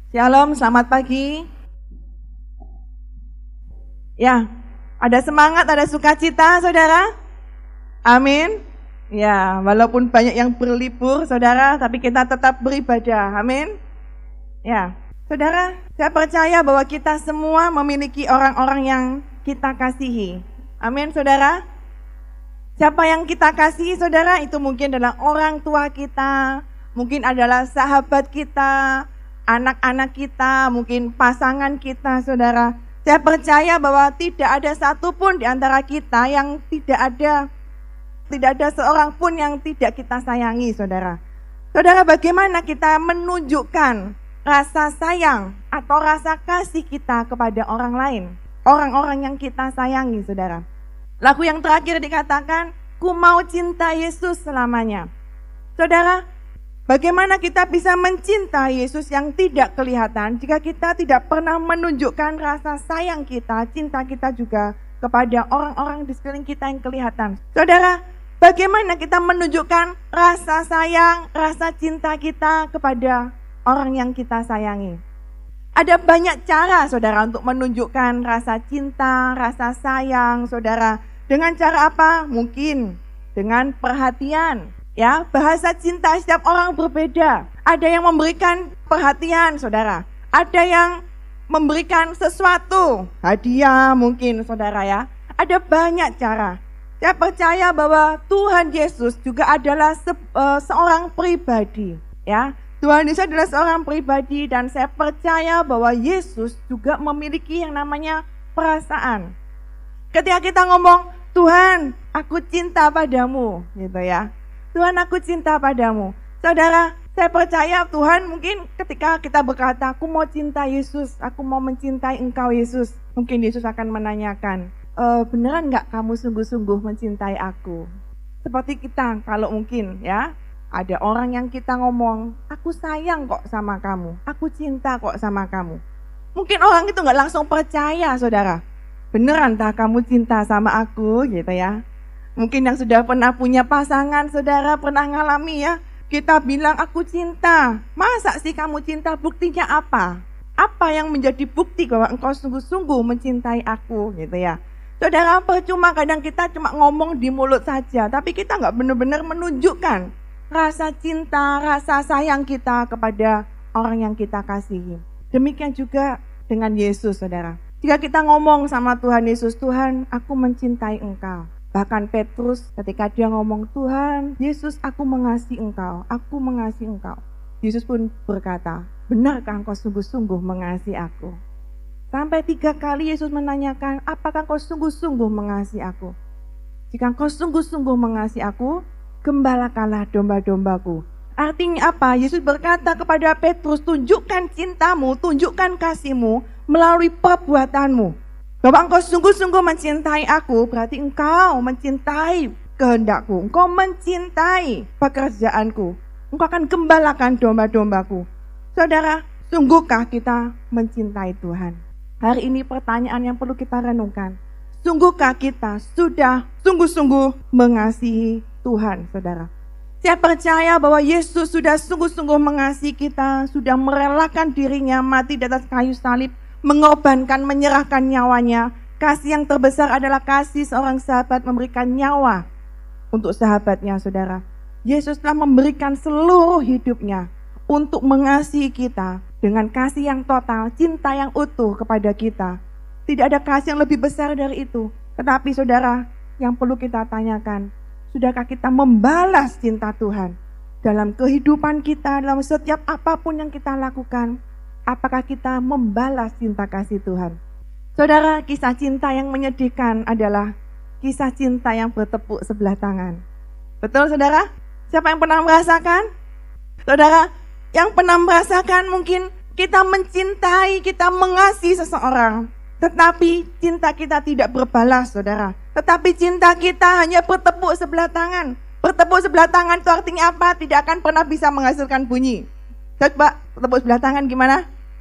Shalom, selamat pagi. Ya, ada semangat, ada sukacita, saudara? Amin. Ya, walaupun banyak yang berlibur, saudara, tapi kita tetap beribadah. Amin. Ya, saudara, saya percaya bahwa kita semua memiliki orang-orang yang kita kasihi. Amin, saudara. Siapa yang kita kasihi, saudara? Itu mungkin adalah orang tua kita, mungkin adalah sahabat kita, anak-anak kita, mungkin pasangan kita, saudara. Saya percaya bahwa tidak ada satupun di antara kita yang tidak ada seorang pun yang tidak kita sayangi, saudara. Saudara, bagaimana kita menunjukkan rasa sayang atau rasa kasih kita kepada orang lain, orang-orang yang kita sayangi, saudara. Lagu yang terakhir dikatakan, ku mau cinta Yesus selamanya. Saudara, bagaimana kita bisa mencintai Yesus yang tidak kelihatan jika kita tidak pernah menunjukkan rasa sayang kita, cinta kita juga kepada orang-orang di sekeliling kita yang kelihatan. Saudara, bagaimana kita menunjukkan rasa sayang, rasa cinta kita kepada orang yang kita sayangi? Ada banyak cara, saudara, untuk menunjukkan rasa cinta, rasa sayang, saudara. Dengan cara apa? Mungkin dengan perhatian. Ya, bahasa cinta setiap orang berbeda. Ada yang memberikan perhatian, saudara. Ada yang memberikan sesuatu, hadiah mungkin, saudara ya. Ada banyak cara. Saya percaya bahwa Tuhan Yesus juga adalah seorang pribadi, ya. Tuhan Yesus adalah seorang pribadi dan saya percaya bahwa Yesus juga memiliki yang namanya perasaan. Ketika kita ngomong, Tuhan, aku cinta padamu, gitu ya. Tuhan, aku cinta padamu. Saudara, saya percaya Tuhan mungkin ketika kita berkata, aku mau cinta Yesus, aku mau mencintai engkau Yesus. Mungkin Yesus akan menanyakan, beneran gak kamu sungguh-sungguh mencintai aku? Seperti kita, kalau mungkin ya, ada orang yang kita ngomong, aku sayang kok sama kamu, aku cinta kok sama kamu. Mungkin orang itu gak langsung percaya, saudara. Beneran tak kamu cinta sama aku, gitu ya. Mungkin yang sudah pernah punya pasangan, saudara pernah ngalami ya. Kita bilang aku cinta. Masa sih kamu cinta? Buktinya apa? Apa yang menjadi bukti bahwa engkau sungguh-sungguh mencintai aku, gitu ya. Saudara, percuma kadang kita cuma ngomong di mulut saja, tapi kita nggak benar-benar menunjukkan rasa cinta, rasa sayang kita kepada orang yang kita kasihi. Demikian juga dengan Yesus, saudara. Jika kita ngomong sama Tuhan Yesus, Tuhan, aku mencintai engkau. Bahkan Petrus ketika dia ngomong, Tuhan, Yesus, aku mengasihi engkau, aku mengasihi engkau. Yesus pun berkata, benarkah engkau sungguh-sungguh mengasihi aku? Sampai 3 kali Yesus menanyakan, apakah engkau sungguh-sungguh mengasihi aku? Jika engkau sungguh-sungguh mengasihi aku, gembalakanlah domba-dombaku. Artinya apa? Yesus berkata kepada Petrus, tunjukkan cintamu, tunjukkan kasihmu melalui perbuatanmu. Bahwa engkau sungguh-sungguh mencintai aku, berarti engkau mencintai kehendakku, engkau mencintai pekerjaanku, engkau akan gembalakan domba-dombaku. Saudara, sungguhkah kita mencintai Tuhan? Hari ini pertanyaan yang perlu kita renungkan. Sungguhkah kita sudah sungguh-sungguh mengasihi Tuhan, saudara? Saya percaya bahwa Yesus sudah sungguh-sungguh mengasihi kita, sudah merelakan dirinya mati di atas kayu salib, mengorbankan, menyerahkan nyawanya. Kasih yang terbesar adalah kasih seorang sahabat memberikan nyawa untuk sahabatnya, saudara. Yesus telah memberikan seluruh hidupnya untuk mengasihi kita dengan kasih yang total, cinta yang utuh kepada kita. Tidak ada kasih yang lebih besar dari itu. Tetapi saudara, yang perlu kita tanyakan, sudahkah kita membalas cinta Tuhan dalam kehidupan kita, dalam setiap apapun yang kita lakukan? Apakah kita membalas cinta kasih Tuhan? Saudara, kisah cinta yang menyedihkan adalah kisah cinta yang bertepuk sebelah tangan. Betul, saudara? Siapa yang pernah merasakan? Saudara, yang pernah merasakan mungkin kita mencintai, kita mengasihi seseorang, tetapi cinta kita tidak berbalas, saudara. Tetapi cinta kita hanya bertepuk sebelah tangan. Bertepuk sebelah tangan itu artinya apa? Tidak akan pernah bisa menghasilkan bunyi. Coba bertepuk sebelah tangan gimana?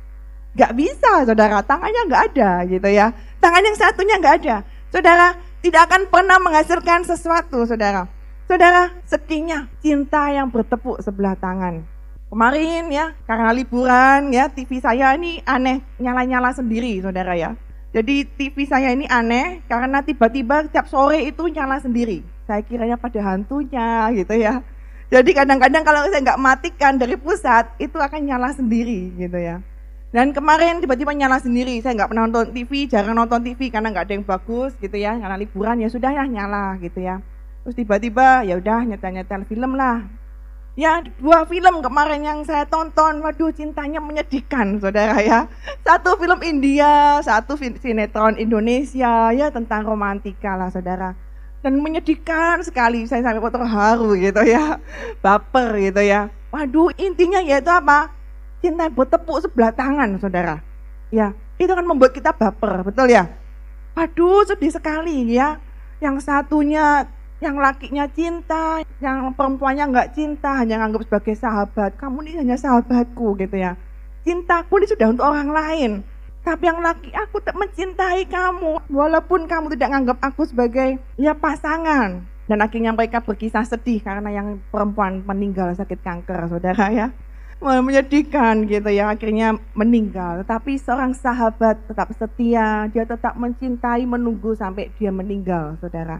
Gak bisa, saudara, tangannya gak ada gitu ya. Tangan yang satunya gak ada. Saudara, tidak akan pernah menghasilkan sesuatu, saudara. Saudara, sedihnya cinta yang bertepuk sebelah tangan. Kemarin ya, karena liburan ya, TV saya ini aneh, nyala-nyala sendiri saudara ya. Jadi TV saya ini aneh karena tiba-tiba tiap sore itu nyala sendiri. Saya kiranya pada hantunya gitu ya. Jadi kadang-kadang kalau saya nggak matikan dari pusat, itu akan nyala sendiri gitu ya. Dan kemarin tiba-tiba nyala sendiri, saya nggak pernah nonton TV, jarang nonton TV karena nggak ada yang bagus gitu ya. Karena liburan ya sudah ya nyala gitu ya. Terus tiba-tiba ya udah nyetel-nyetel film lah. Ya, 2 film kemarin yang saya tonton, waduh cintanya menyedihkan saudara ya. Satu film India, satu sinetron Indonesia, ya tentang romantika lah saudara. Dan menyedihkan sekali, saya sampai terharu gitu ya, baper gitu ya. Waduh intinya yaitu apa? Cinta bertepuk sebelah tangan saudara. Ya, itu kan membuat kita baper, betul ya? Waduh sedih sekali ya, yang satunya yang lakinya cinta, yang perempuannya nggak cinta, hanya nganggap sebagai sahabat. Kamu ini hanya sahabatku gitu ya. Cintaku ini sudah untuk orang lain. Tapi yang laki, aku tak mencintai kamu, walaupun kamu tidak nganggap aku sebagai ya pasangan. Dan akhirnya mereka berkisah sedih karena yang perempuan meninggal sakit kanker, saudara ya. Menyedihkan gitu ya, akhirnya meninggal. Tetapi seorang sahabat tetap setia, dia tetap mencintai, menunggu sampai dia meninggal, saudara.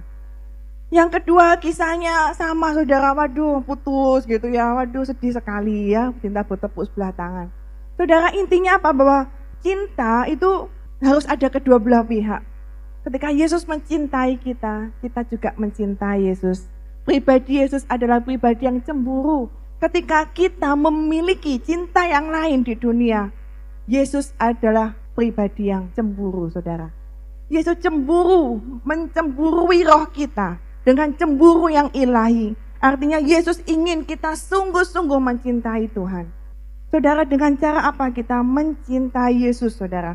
Yang kedua kisahnya sama saudara, waduh putus gitu ya, waduh sedih sekali ya, cinta bertepuk sebelah tangan. Saudara intinya apa? Bahwa cinta itu harus ada kedua belah pihak. Ketika Yesus mencintai kita, kita juga mencintai Yesus. Pribadi Yesus adalah pribadi yang cemburu. Ketika kita memiliki cinta yang lain di dunia, Yesus adalah pribadi yang cemburu saudara. Yesus cemburu, mencemburui roh kita dengan cemburu yang ilahi. Artinya Yesus ingin kita sungguh-sungguh mencintai Tuhan. Saudara, dengan cara apa kita mencintai Yesus, saudara?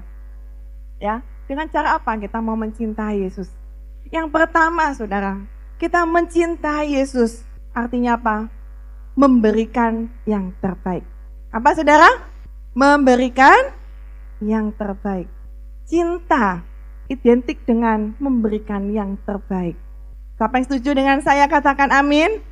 Ya, dengan cara apa kita mau mencintai Yesus? Yang pertama, saudara, kita mencintai Yesus. Artinya apa? Memberikan yang terbaik. Apa, saudara? Memberikan yang terbaik. Cinta identik dengan memberikan yang terbaik. Siapa yang setuju dengan saya katakan amin?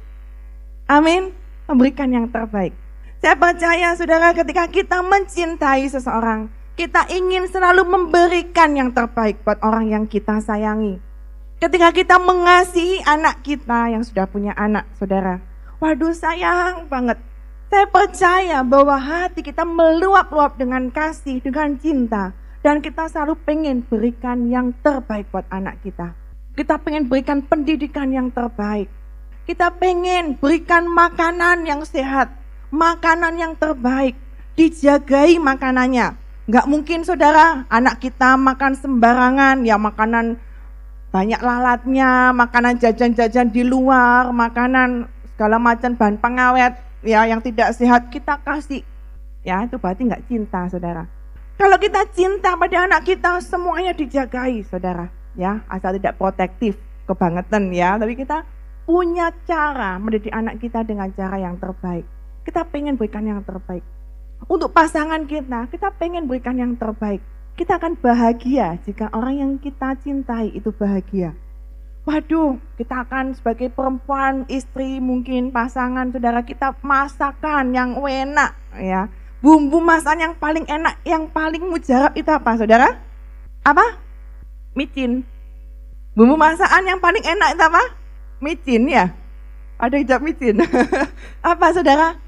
Amin. Memberikan yang terbaik. Saya percaya saudara, ketika kita mencintai seseorang, kita ingin selalu memberikan yang terbaik buat orang yang kita sayangi. Ketika kita mengasihi anak kita yang sudah punya anak, saudara, waduh sayang banget. Saya percaya bahwa hati kita meluap-luap dengan kasih, dengan cinta. Dan kita selalu pengen berikan yang terbaik buat anak kita. Kita pengen berikan pendidikan yang terbaik. Kita pengen berikan makanan yang sehat, makanan yang terbaik, dijagai makanannya. Nggak mungkin saudara, anak kita makan sembarangan, ya makanan banyak lalatnya, makanan jajan-jajan di luar, makanan segala macam bahan pengawet, ya yang tidak sehat kita kasih. Ya itu berarti nggak cinta saudara. Kalau kita cinta pada anak kita, semuanya dijagai saudara. Ya, asal tidak protektif kebangetan ya, tapi kita punya cara mendidik anak kita dengan cara yang terbaik. Kita pengen berikan yang terbaik. Untuk pasangan kita pengen berikan yang terbaik. Kita akan bahagia jika orang yang kita cintai itu bahagia. Waduh, kita akan sebagai perempuan, istri, mungkin pasangan, saudara, kita masakan yang enak ya. Bumbu masakan yang paling enak, yang paling mujarab itu apa saudara? Apa? Micin. Bumbu masakan yang paling enak itu apa? Micin ya. Ada hijab micin. Apa saudara?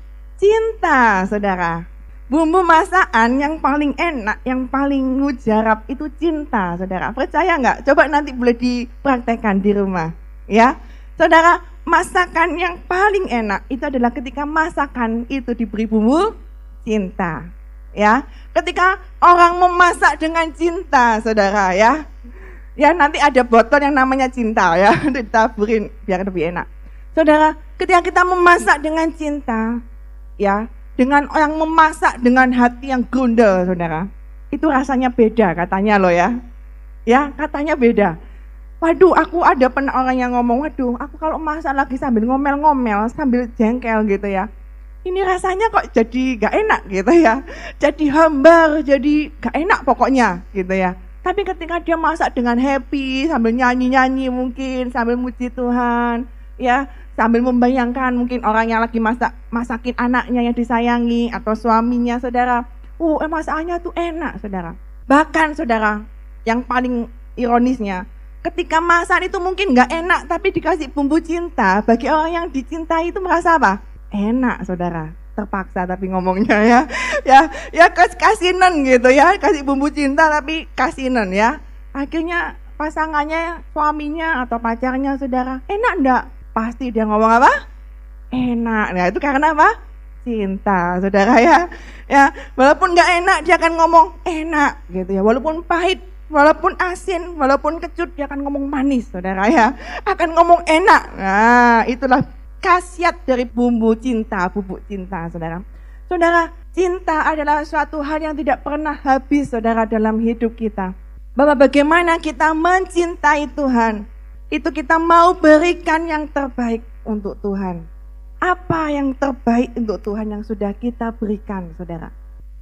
Cinta saudara. Bumbu masakan yang paling enak, yang paling mujarab itu cinta saudara. Percaya nggak? Coba nanti boleh dipraktekkan di rumah. Ya, saudara, masakan yang paling enak itu adalah ketika masakan itu diberi bumbu cinta. Ya, ketika orang memasak dengan cinta saudara ya. Ya nanti ada botol yang namanya cinta ya, ditaburin biar lebih enak. Saudara, ketika kita memasak dengan cinta, ya, dengan orang memasak dengan hati yang grundel, saudara, itu rasanya beda katanya loh ya. Ya, katanya beda. Waduh, aku ada pernah orang yang ngomong, waduh, aku kalau masak lagi sambil ngomel-ngomel, sambil jengkel gitu ya. Ini rasanya kok jadi gak enak gitu ya. Jadi hambar, jadi gak enak pokoknya gitu ya. Tapi ketika dia masak dengan happy, sambil nyanyi-nyanyi mungkin, sambil muji Tuhan, ya, Sambil membayangkan mungkin orang yang lagi masakin anaknya yang disayangi atau suaminya, saudara. Masakannya tuh enak, saudara. Bahkan, saudara, yang paling ironisnya, ketika masakan itu mungkin nggak enak, tapi dikasih bumbu cinta, bagi orang yang dicintai itu merasa apa? Enak, saudara. Terpaksa tapi ngomongnya ya kasinan gitu ya, kasih bumbu cinta tapi kasinan ya. Akhirnya pasangannya, suaminya atau pacarnya, saudara, enak enggak? Pasti dia ngomong apa? Enak. Nah, itu karena apa? Cinta, saudara ya. Ya, walaupun nggak enak dia akan ngomong enak gitu ya. Walaupun pahit, walaupun asin, walaupun kecut, dia akan ngomong manis, saudara ya. Akan ngomong enak. Nah, itulah khasiat dari bumbu cinta, bubuk cinta, saudara. Saudara, cinta adalah suatu hal yang tidak pernah habis, saudara, dalam hidup kita. Bahwa bagaimana kita mencintai Tuhan, itu kita mau berikan yang terbaik untuk Tuhan. Apa yang terbaik untuk Tuhan yang sudah kita berikan, saudara?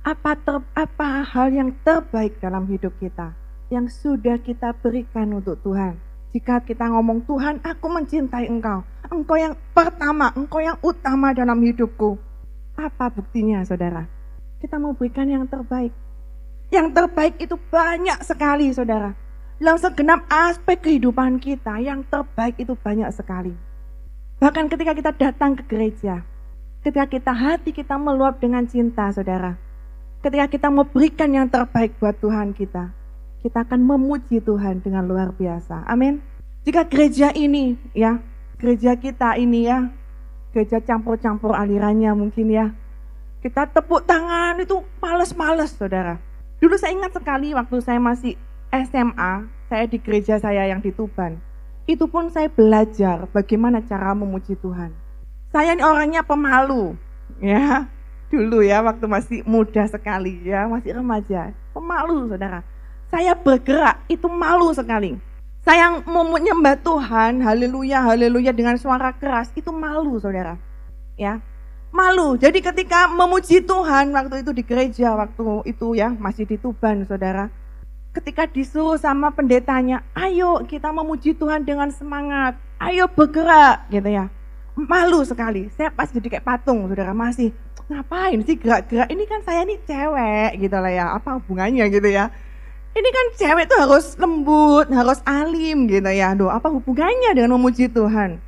Apa hal yang terbaik dalam hidup kita yang sudah kita berikan untuk Tuhan? Jika kita ngomong, Tuhan, aku mencintai Engkau, Engkau yang pertama, Engkau yang utama dalam hidupku. Apa buktinya, saudara? Kita mau berikan yang terbaik. Yang terbaik itu banyak sekali, saudara. Dalam segenap aspek kehidupan kita, yang terbaik itu banyak sekali. Bahkan ketika kita datang ke gereja, ketika hati kita meluap dengan cinta, saudara. Ketika kita mau berikan yang terbaik buat Tuhan kita akan memuji Tuhan dengan luar biasa. Amin. Jika gereja ini ya, gereja kita ini ya, gereja campur-campur alirannya mungkin ya, kita tepuk tangan itu males-males, saudara. Dulu saya ingat sekali waktu saya masih SMA, saya di gereja saya yang di Tuban. Itu pun saya belajar bagaimana cara memuji Tuhan. Saya ini orangnya pemalu, ya. Dulu ya, waktu masih muda sekali ya, masih remaja. Pemalu, saudara. Saya bergerak, itu malu sekali. Saya mau menyembah Tuhan, haleluya, haleluya dengan suara keras, itu malu, saudara. Ya, malu. Jadi ketika memuji Tuhan waktu itu di gereja, waktu itu ya, masih di Tuban, saudara. Ketika disuruh sama pendetanya, ayo kita memuji Tuhan dengan semangat, ayo bergerak gitu ya. Malu sekali, saya pas jadi kayak patung, saudara, masih ngapain sih gerak-gerak, ini kan saya nih cewek gitu lah ya, apa hubungannya gitu ya. Ini kan cewek tuh harus lembut, harus alim gitu ya, apa hubungannya dengan memuji Tuhan.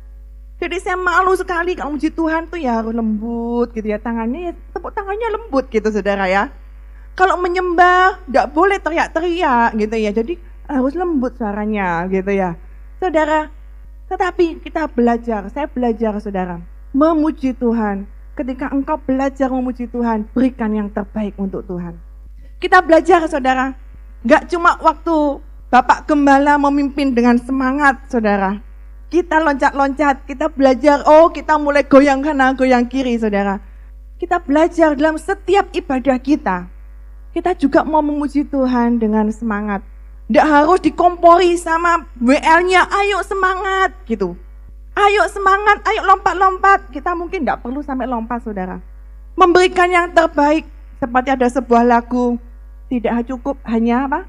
Jadi saya malu sekali kalau memuji Tuhan tuh ya harus lembut gitu ya, tangannya ya tepuk tangannya lembut gitu, saudara ya. Kalau menyembah, tidak boleh teriak-teriak gitu ya, jadi harus lembut suaranya gitu ya. Saudara, tetapi kita belajar, saya belajar, saudara, memuji Tuhan. Ketika engkau belajar memuji Tuhan, berikan yang terbaik untuk Tuhan. Kita belajar, saudara, gak cuma waktu Bapak Gembala memimpin dengan semangat, saudara. Kita loncat-loncat, kita belajar, kita mulai goyang kanan, goyang kiri, saudara. Kita belajar dalam setiap ibadah kita. Kita juga mau memuji Tuhan dengan semangat. Tidak harus dikompori sama WL-nya, ayo semangat gitu. Ayo semangat, ayo lompat-lompat. Kita mungkin tidak perlu sampai lompat, saudara. Memberikan yang terbaik, seperti ada sebuah lagu, tidak cukup hanya apa?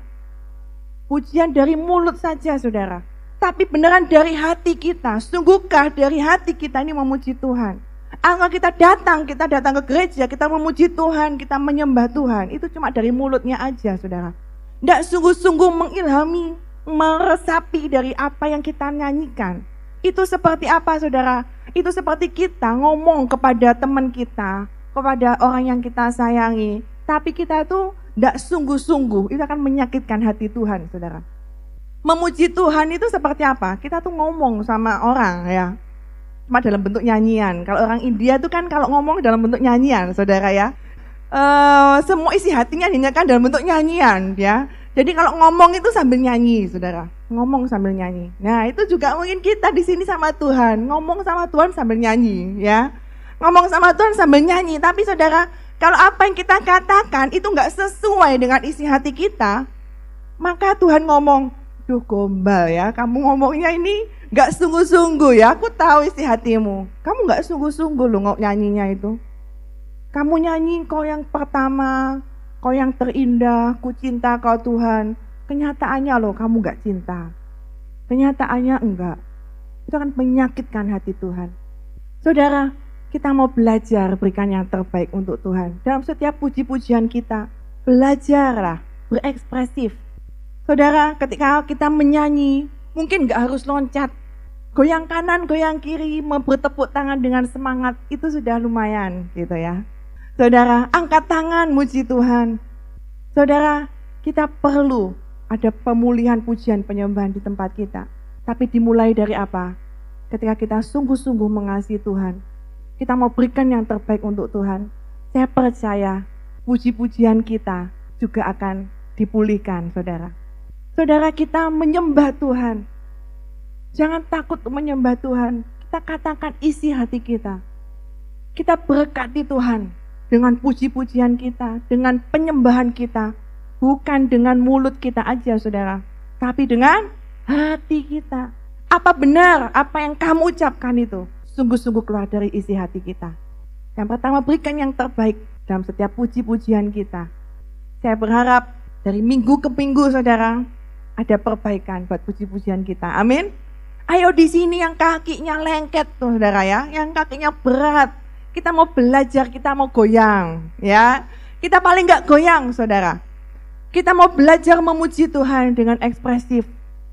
Pujian dari mulut saja, saudara. Tapi beneran dari hati kita, sungguhkah dari hati kita ini memuji Tuhan? Kalau kita datang ke gereja, kita memuji Tuhan, kita menyembah Tuhan, itu cuma dari mulutnya aja, saudara. Tidak sungguh-sungguh mengilhami, meresapi dari apa yang kita nyanyikan. Itu seperti apa, saudara? Itu seperti kita ngomong kepada teman kita, kepada orang yang kita sayangi, tapi kita itu tidak sungguh-sungguh, itu akan menyakitkan hati Tuhan, saudara. Memuji Tuhan itu seperti apa? Kita tuh ngomong sama orang ya, cuma dalam bentuk nyanyian. Kalau orang India itu kan kalau ngomong dalam bentuk nyanyian, saudara ya. Semua isi hatinya dinyanyikan dalam bentuk nyanyian ya. Jadi kalau ngomong itu sambil nyanyi, saudara. Ngomong sambil nyanyi. Nah, itu juga mungkin kita di sini sama Tuhan, ngomong sama Tuhan sambil nyanyi ya. Ngomong sama Tuhan sambil nyanyi, tapi saudara, kalau apa yang kita katakan itu enggak sesuai dengan isi hati kita, maka Tuhan ngomong, duh gombal ya, kamu ngomongnya ini gak sungguh-sungguh ya, aku tahu isi hatimu. Kamu gak sungguh-sungguh loh nyanyinya itu. Kamu nyanyi kau yang pertama, kau yang terindah, ku cinta kau Tuhan. Kenyataannya loh kamu gak cinta. Kenyataannya enggak. itu akan menyakitkan hati Tuhan. Saudara, kita mau belajar berikan yang terbaik untuk Tuhan. Dalam setiap puji-pujian kita, belajarlah berekspresif. Saudara, ketika kita menyanyi, mungkin gak harus loncat. Goyang kanan, goyang kiri, bertepuk tangan dengan semangat, itu sudah lumayan gitu ya. Saudara, angkat tangan, muji Tuhan. Saudara, kita perlu ada pemulihan pujian penyembahan di tempat kita. Tapi dimulai dari apa? Ketika kita sungguh-sungguh mengasihi Tuhan, kita mau berikan yang terbaik untuk Tuhan, saya percaya puji-pujian kita juga akan dipulihkan, saudara. Saudara, kita menyembah Tuhan. Jangan takut menyembah Tuhan. Kita katakan isi hati kita. Kita berkati Tuhan dengan puji-pujian kita, dengan penyembahan kita. Bukan dengan mulut kita aja, saudara, tapi dengan hati kita. Apa benar apa yang kamu ucapkan itu sungguh-sungguh keluar dari isi hati kita. Yang pertama, berikan yang terbaik dalam setiap puji-pujian kita. Saya berharap dari minggu ke minggu, saudara, ada perbaikan buat puji-pujian kita. Amin. Ayo di sini yang kakinya lengket tuh, saudara ya, yang kakinya berat. Kita mau belajar, kita mau goyang, ya. Kita paling nggak goyang, saudara. Kita mau belajar memuji Tuhan dengan ekspresif,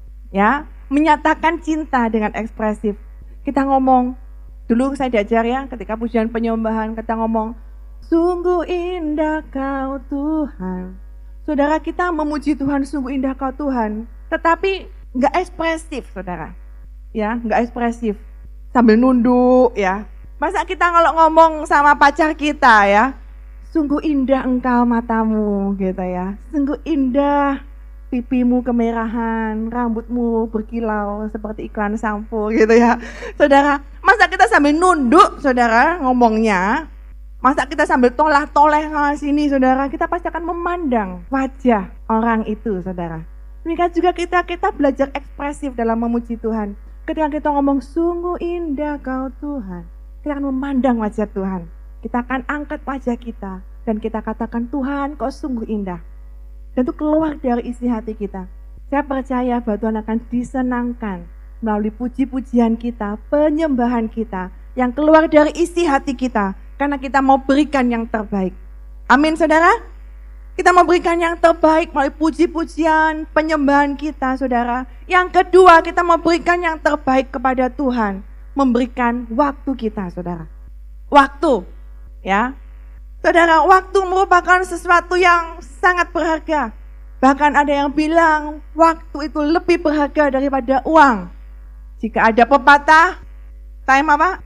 ya, menyatakan cinta dengan ekspresif. Kita ngomong, dulu saya diajar ya, ketika pujian penyembahan, kita ngomong, sungguh indah Kau Tuhan. Saudara, kita memuji Tuhan, sungguh indah Kau Tuhan, tetapi nggak ekspresif, saudara, ya, nggak ekspresif, sambil nunduk, ya. Masa kita kalau ngomong sama pacar kita, ya, sungguh indah engkau matamu, gitu ya. Sungguh indah pipimu kemerahan, rambutmu berkilau seperti iklan sampo, gitu ya. Saudara, masa kita sambil nunduk, saudara, ngomongnya. Masa kita sambil toleh-toleh sana sini, saudara. Kita pasti akan memandang wajah orang itu, saudara. Demikian juga kita belajar ekspresif dalam memuji Tuhan. Ketika kita ngomong sungguh indah Kau Tuhan, kita akan memandang wajah Tuhan. Kita akan angkat wajah kita dan kita katakan, Tuhan, Kau sungguh indah. Dan itu keluar dari isi hati kita. Saya percaya bahwa Tuhan akan disenangkan melalui puji-pujian kita, penyembahan kita yang keluar dari isi hati kita, karena kita mau berikan yang terbaik. Amin, saudara. Kita mau berikan yang terbaik melalui puji-pujian, penyembahan kita, saudara. Yang kedua, kita mau berikan yang terbaik kepada Tuhan, memberikan waktu kita, saudara. Waktu, ya. Saudara, waktu merupakan sesuatu yang sangat berharga. Bahkan ada yang bilang waktu itu lebih berharga daripada uang. Jika ada pepatah, time apa?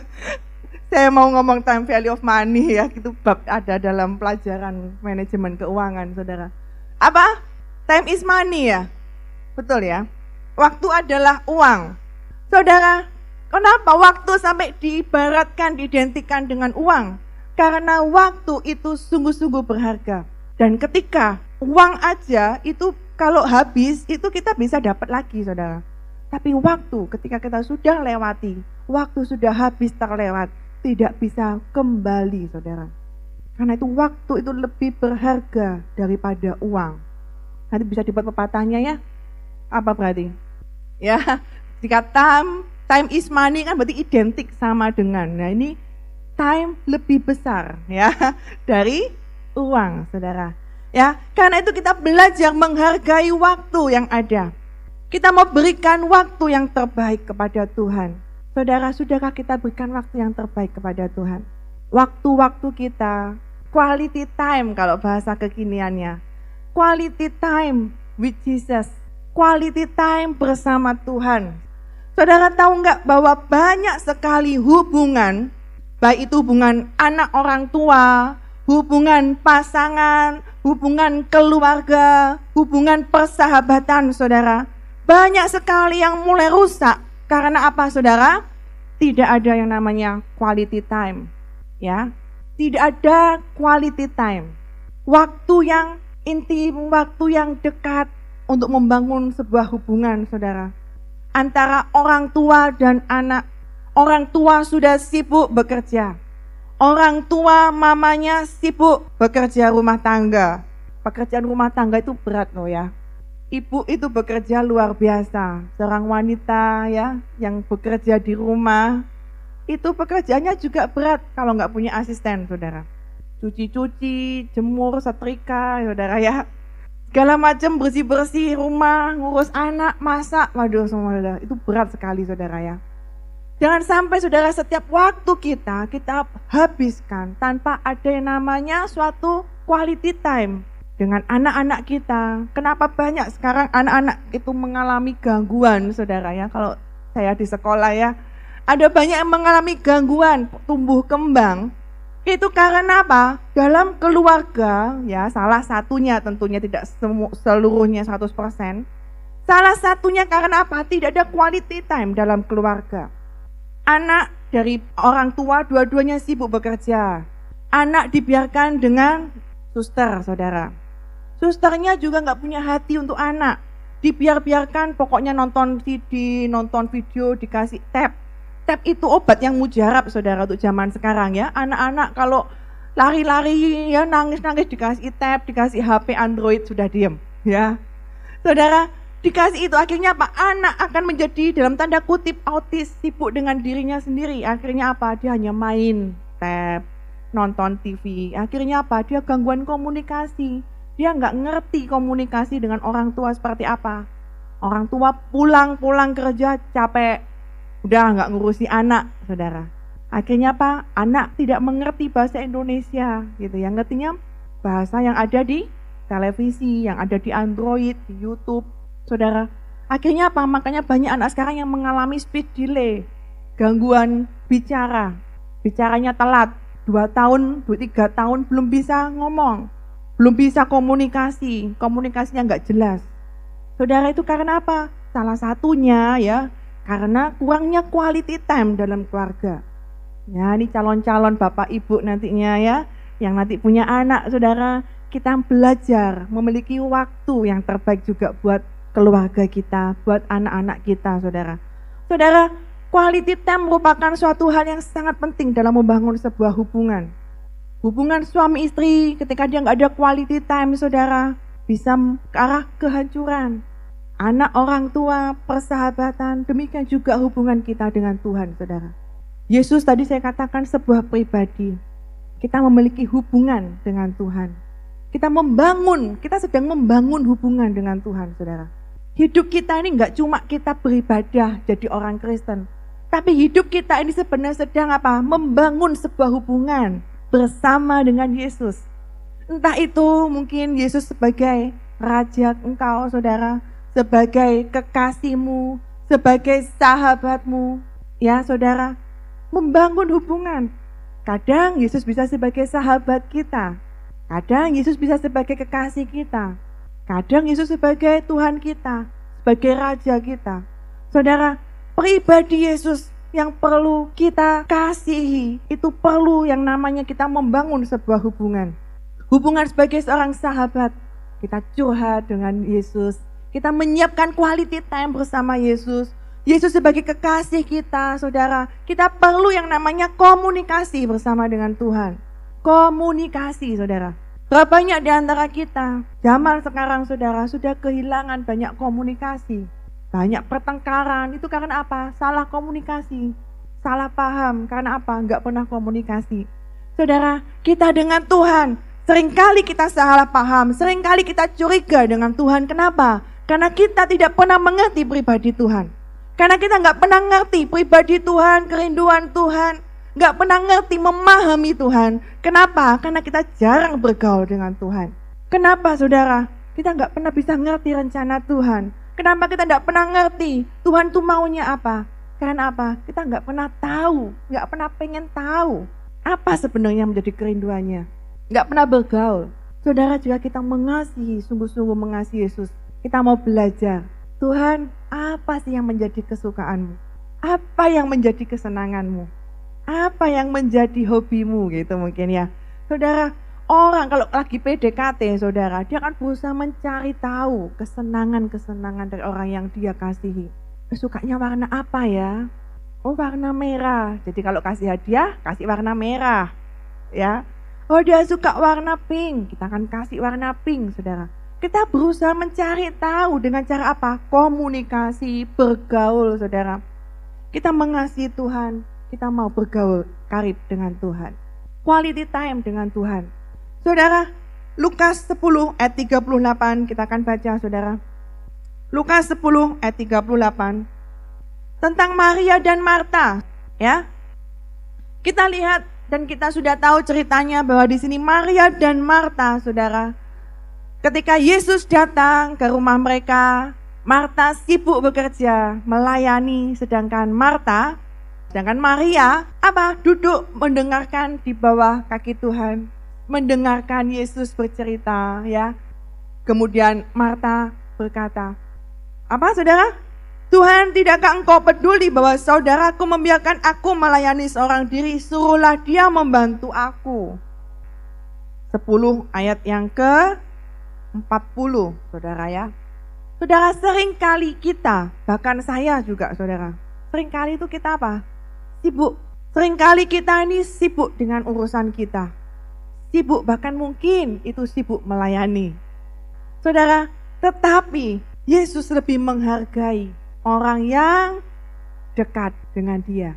Saya mau ngomong time value of money ya, itu bab ada dalam pelajaran manajemen keuangan, saudara. Apa? Time is money ya? Betul ya? Waktu adalah uang. Saudara, kenapa waktu sampai diibaratkan, diidentikan dengan uang? Karena waktu itu sungguh-sungguh berharga. Dan ketika uang aja itu kalau habis, itu kita bisa dapat lagi, saudara. Tapi waktu ketika kita sudah lewati, waktu sudah habis terlewat, tidak bisa kembali, saudara. Karena itu waktu itu lebih berharga daripada uang. Nanti bisa dibuat pepatahnya ya. Apa berarti? Ya, jika time is money kan berarti identik sama dengan. Nah ini time lebih besar ya dari uang, saudara. Ya, karena itu kita belajar menghargai waktu yang ada. Kita mau berikan waktu yang terbaik kepada Tuhan. Saudara, sudahkah kita berikan waktu yang terbaik kepada Tuhan? Waktu-waktu kita, quality time kalau bahasa kekiniannya. Quality time with Jesus. Quality time bersama Tuhan. Saudara tahu nggak bahwa banyak sekali hubungan, baik itu hubungan anak orang tua, hubungan pasangan, hubungan keluarga, hubungan persahabatan, saudara. Banyak sekali yang mulai rusak. Karena apa, saudara? Tidak ada yang namanya quality time. Ya, tidak ada quality time. Waktu yang intim, waktu yang dekat untuk membangun sebuah hubungan, saudara. Antara orang tua dan anak. Orang tua sudah sibuk bekerja. Orang tua mamanya sibuk bekerja rumah tangga. Pekerjaan rumah tangga itu berat loh ya. Ibu itu bekerja luar biasa. Seorang wanita ya yang bekerja di rumah, itu pekerjaannya juga berat kalau nggak punya asisten, saudara. Cuci-cuci, jemur, setrika, saudara ya. Segala macam bersih-bersih rumah, ngurus anak, masak, waduh semua saudara. Itu berat sekali saudara ya. Jangan sampai saudara setiap waktu kita habiskan tanpa ada yang namanya suatu quality time dengan anak-anak kita. Kenapa banyak sekarang anak-anak itu mengalami gangguan saudara ya. Kalau saya di sekolah ya, ada banyak yang mengalami gangguan tumbuh kembang. Itu karena apa? Dalam keluarga ya, salah satunya tentunya tidak seluruhnya 100%. Salah satunya karena apa? Tidak ada quality time dalam keluarga. Anak dari orang tua dua-duanya sibuk bekerja. Anak dibiarkan dengan suster, saudara. Susternya juga nggak punya hati untuk anak. Dibiarkan pokoknya nonton CD, nonton video, dikasih tab. Tab itu obat yang mujarab, saudara, untuk zaman sekarang ya. Anak-anak kalau lari-lari ya nangis-nangis dikasih tab, dikasih HP Android sudah diem ya. Saudara, dikasih itu akhirnya apa? Anak akan menjadi dalam tanda kutip autis, sibuk dengan dirinya sendiri. Akhirnya apa? Dia hanya main tab, nonton TV. Akhirnya apa? Dia gangguan komunikasi. Dia nggak ngerti komunikasi dengan orang tua seperti apa. Orang tua pulang kerja capek, udah nggak ngurusi anak, saudara. Akhirnya apa? Anak tidak mengerti bahasa Indonesia, gitu. Yang ngertinya bahasa yang ada di televisi, yang ada di Android, di YouTube, saudara. Akhirnya apa? Makanya banyak anak sekarang yang mengalami speech delay, gangguan bicara, bicaranya telat, 2 tahun, 3 tahun belum bisa ngomong, belum bisa komunikasi, komunikasinya nggak jelas. Saudara, itu karena apa? Salah satunya ya, karena kurangnya quality time dalam keluarga. Ya, ini calon-calon bapak ibu nantinya ya, yang nanti punya anak, saudara, kita belajar memiliki waktu yang terbaik juga buat keluarga kita, buat anak-anak kita, saudara. Saudara, quality time merupakan suatu hal yang sangat penting dalam membangun sebuah hubungan. Hubungan suami istri ketika dia nggak ada quality time, saudara, bisa ke arah kehancuran. Anak, orang tua, persahabatan, demikian juga hubungan kita dengan Tuhan, saudara. Yesus tadi saya katakan sebuah pribadi. Kita memiliki hubungan dengan Tuhan. Kita sedang membangun hubungan dengan Tuhan, saudara. Hidup kita ini enggak cuma kita beribadah jadi orang Kristen. Tapi hidup kita ini sebenarnya sedang apa? Membangun sebuah hubungan bersama dengan Yesus. Entah itu mungkin Yesus sebagai Raja engkau, saudara, sebagai kekasihmu, sebagai sahabatmu, ya saudara, membangun hubungan. Kadang Yesus bisa sebagai sahabat kita, kadang Yesus bisa sebagai kekasih kita, kadang Yesus sebagai Tuhan kita, sebagai Raja kita. Saudara, pribadi Yesus yang perlu kita kasihi, itu perlu yang namanya kita membangun sebuah hubungan. Hubungan sebagai seorang sahabat, kita curhat dengan Yesus, kita menyiapkan quality time bersama Yesus. Yesus sebagai kekasih kita, saudara, kita perlu yang namanya komunikasi bersama dengan Tuhan. Komunikasi, saudara. Berapa banyak di antara kita zaman sekarang, saudara, sudah kehilangan banyak komunikasi, banyak pertengkaran. Itu karena apa? Salah komunikasi, salah paham. Karena apa? Enggak pernah komunikasi. Saudara, kita dengan Tuhan seringkali kita salah paham, seringkali kita curiga dengan Tuhan. Kenapa? Karena kita tidak pernah mengerti pribadi Tuhan. Karena kita nggak pernah ngerti pribadi Tuhan, kerinduan Tuhan, nggak pernah ngerti memahami Tuhan. Kenapa? Karena kita jarang bergaul dengan Tuhan. Kenapa, saudara? Kita nggak pernah bisa ngerti rencana Tuhan. Kenapa kita nggak pernah ngerti Tuhan tuh maunya apa? Karena apa? Kita nggak pernah tahu, nggak pernah pengen tahu apa sebenarnya menjadi kerinduannya. Nggak pernah bergaul. Saudara, juga kita mengasihi, sungguh-sungguh mengasihi Yesus, kita mau belajar. Tuhan, apa sih yang menjadi kesukaanmu? Apa yang menjadi kesenanganmu? Apa yang menjadi hobimu gitu mungkin ya. Saudara, orang kalau lagi PDKT, saudara, dia akan berusaha mencari tahu kesenangan-kesenangan dari orang yang dia kasihi. Sukanya warna apa ya? Oh, warna merah. Jadi kalau kasih hadiah, kasih warna merah. Ya. Oh, dia suka warna pink, kita akan kasih warna pink, saudara. Kita berusaha mencari tahu dengan cara apa? Komunikasi, bergaul, saudara. Kita mengasihi Tuhan, kita mau bergaul karib dengan Tuhan. Quality time dengan Tuhan. Saudara, Lukas 10 ayat 38 kita akan baca, saudara. Lukas 10 ayat 38 tentang Maria dan Marta, ya. Kita lihat dan kita sudah tahu ceritanya bahwa di sini Maria dan Marta, saudara. Ketika Yesus datang ke rumah mereka, Marta sibuk bekerja, melayani, sedangkan Maria duduk mendengarkan di bawah kaki Tuhan, mendengarkan Yesus bercerita, ya. Kemudian Marta berkata, apa saudara? Tuhan, tidakkah engkau peduli bahwa saudaraku membiarkan aku melayani seorang diri, suruhlah dia membantu aku. 10 ayat yang ke 40, saudara ya. Saudara, seringkali kita, bahkan saya juga saudara, seringkali itu kita apa? Sibuk. Seringkali kita ini sibuk dengan urusan kita. Sibuk, bahkan mungkin itu sibuk melayani. Saudara, tetapi Yesus lebih menghargai orang yang dekat dengan dia.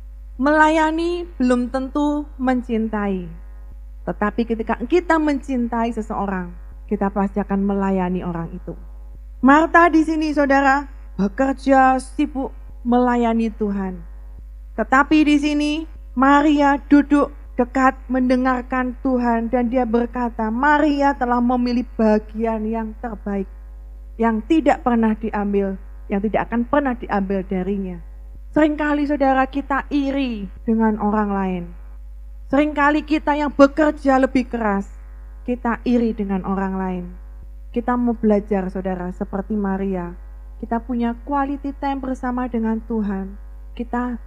Melayani belum tentu mencintai. Tetapi ketika kita mencintai seseorang, kita pasti akan melayani orang itu. Marta di sini saudara bekerja sibuk melayani Tuhan. Tetapi di sini Maria duduk dekat mendengarkan Tuhan dan dia berkata, Maria telah memilih bagian yang terbaik, yang tidak pernah diambil, yang tidak akan pernah diambil darinya. Seringkali saudara kita iri dengan orang lain. Seringkali kita yang bekerja lebih keras, kita iri dengan orang lain. Kita mau belajar saudara seperti Maria. Kita punya quality time bersama dengan Tuhan. Kita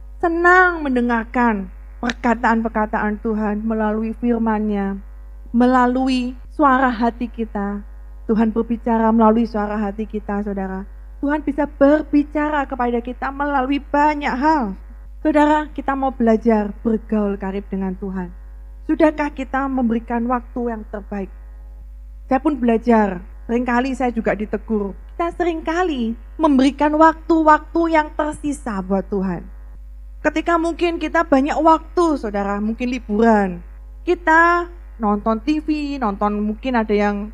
senang mendengarkan perkataan-perkataan Tuhan melalui firman-Nya, melalui suara hati kita. Tuhan berbicara melalui suara hati kita saudara. Tuhan bisa berbicara kepada kita melalui banyak hal. Saudara, kita mau belajar bergaul karib dengan Tuhan. Sudahkah kita memberikan waktu yang terbaik? Saya pun belajar, seringkali saya juga ditegur. Kita seringkali memberikan waktu-waktu yang tersisa buat Tuhan. Ketika mungkin kita banyak waktu, saudara, mungkin liburan. Kita nonton TV, nonton mungkin ada yang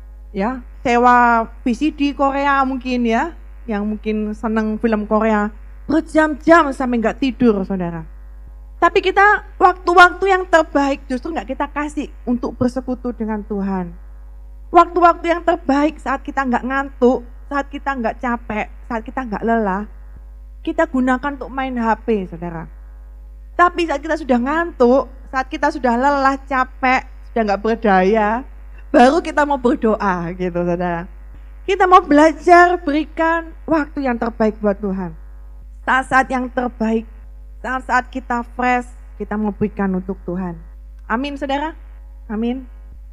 ya sewa VCD Korea mungkin ya, yang mungkin seneng film Korea. Berjam-jam sampai nggak tidur, saudara. Tapi kita waktu-waktu yang terbaik justru nggak kita kasih untuk bersekutu dengan Tuhan. Waktu-waktu yang terbaik saat kita nggak ngantuk, saat kita nggak capek, saat kita nggak lelah, kita gunakan untuk main HP, saudara. Tapi saat kita sudah ngantuk, saat kita sudah lelah, capek, sudah nggak berdaya, baru kita mau berdoa gitu, saudara. Kita mau belajar berikan waktu yang terbaik buat Tuhan. Saat-saat yang terbaik, saat-saat kita fresh, kita mau berikan untuk Tuhan. Amin, saudara. Amin.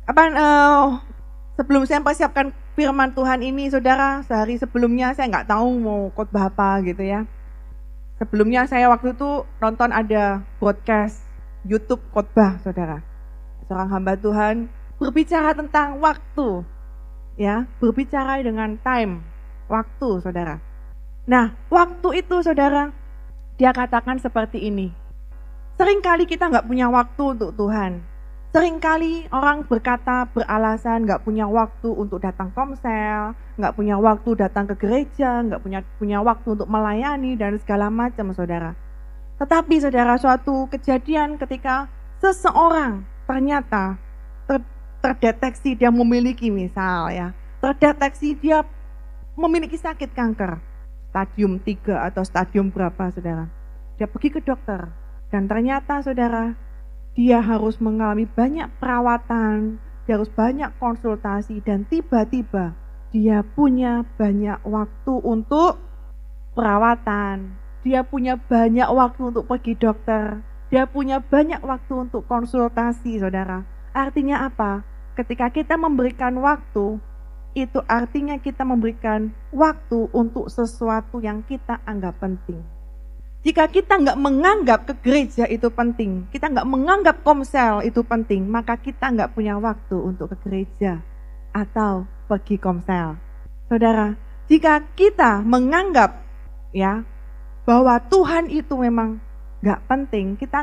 Sebelum saya persiapkan firman Tuhan ini, saudara, sehari sebelumnya saya nggak tahu mau khotbah apa gitu ya. Sebelumnya saya waktu itu nonton ada broadcast YouTube khotbah, saudara. Seorang hamba Tuhan berbicara tentang waktu, ya, berbicara dengan time, waktu, saudara. Nah, waktu itu, saudara, dia katakan seperti ini. Seringkali kita nggak punya waktu untuk Tuhan. Seringkali orang berkata, beralasan nggak punya waktu untuk datang komsel, nggak punya waktu datang ke gereja, nggak punya waktu untuk melayani dan segala macam, saudara. Tetapi, saudara, suatu kejadian ketika seseorang ternyata terdeteksi dia memiliki terdeteksi dia memiliki sakit kanker, stadium 3 atau stadium berapa, saudara. Dia pergi ke dokter dan ternyata, saudara, dia harus mengalami banyak perawatan, dia harus banyak konsultasi dan tiba-tiba dia punya banyak waktu untuk perawatan, dia punya banyak waktu untuk pergi dokter, dia punya banyak waktu untuk konsultasi, saudara. Artinya apa? Ketika kita memberikan waktu, itu artinya kita memberikan waktu untuk sesuatu yang kita anggap penting. Jika kita nggak menganggap ke gereja itu penting, kita nggak menganggap komsel itu penting, maka kita nggak punya waktu untuk ke gereja atau pergi komsel. Saudara, jika kita menganggap ya bahwa Tuhan itu memang nggak penting, kita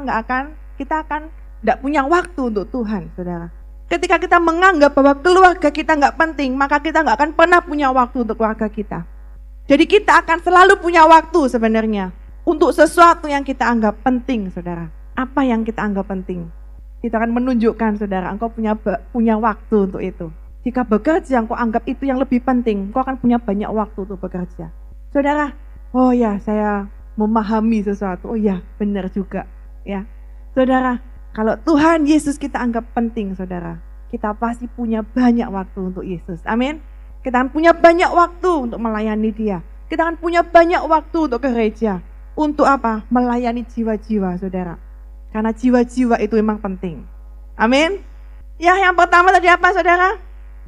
akan nggak punya waktu untuk Tuhan, saudara. Ketika kita menganggap bahwa keluarga kita nggak penting, maka kita nggak akan pernah punya waktu untuk keluarga kita. Jadi kita akan selalu punya waktu sebenarnya untuk sesuatu yang kita anggap penting, saudara. Apa yang kita anggap penting? Kita akan menunjukkan, saudara, engkau punya waktu untuk itu. Jika bekerja, engkau anggap itu yang lebih penting, engkau akan punya banyak waktu untuk bekerja. Saudara, oh ya, saya memahami sesuatu. Oh ya, benar juga. Ya, saudara, kalau Tuhan Yesus kita anggap penting, saudara, kita pasti punya banyak waktu untuk Yesus. Amin. Kita akan punya banyak waktu untuk melayani Dia. Kita akan punya banyak waktu untuk gereja. Untuk apa? Melayani jiwa-jiwa, saudara. Karena jiwa-jiwa itu memang penting. Amin. Ya, yang pertama tadi apa, saudara?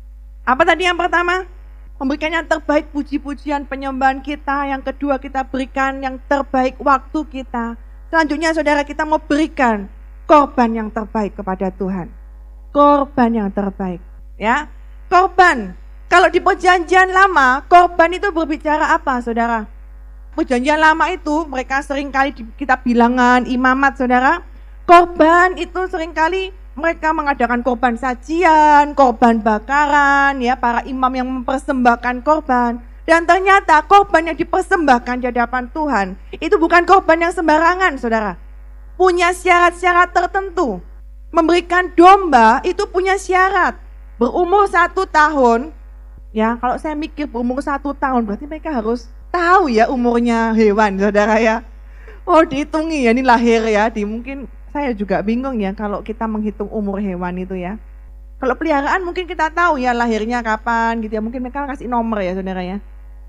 Apa tadi yang pertama? Memberikan yang terbaik puji-pujian penyembahan kita. Yang kedua, kita berikan yang terbaik waktu kita. Selanjutnya, saudara, kita mau berikan korban yang terbaik kepada Tuhan. Korban yang terbaik. Ya, korban. Kalau di perjanjian lama, korban itu berbicara apa, saudara? Perjanjian lama itu mereka seringkali di kitab bilangan, imamat, saudara. Korban itu seringkali mereka mengadakan korban sajian, korban bakaran, ya, para imam yang mempersembahkan korban. Dan ternyata korban yang dipersembahkan di hadapan Tuhan itu bukan korban yang sembarangan, saudara. Punya syarat-syarat tertentu. Memberikan domba itu punya syarat. Berumur 1 tahun, ya, kalau saya mikir berumur 1 tahun berarti mereka harus tahu ya umurnya hewan, saudara ya. Oh, dihitungi ya, ini lahir ya, mungkin saya juga bingung ya kalau kita menghitung umur hewan itu ya. Kalau peliharaan mungkin kita tahu ya lahirnya kapan gitu ya, mungkin mereka kasih nomor ya, saudara ya.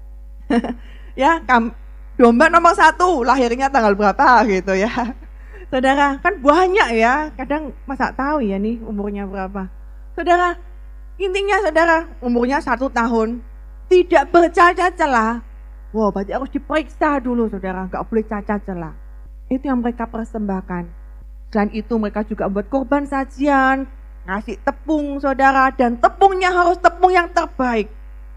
Ya, domba nomor 1 lahirnya tanggal berapa gitu ya. Saudara, kan banyak ya, kadang masa tahu ya nih umurnya berapa. Saudara, intinya saudara, umurnya 1 tahun, tidak bercacat celah. Wow, berarti harus diperiksa dulu, saudara, nggak boleh cacat celah. Itu yang mereka persembahkan. Selain itu mereka juga buat korban sajian, ngasih tepung, saudara, dan tepungnya harus tepung yang terbaik.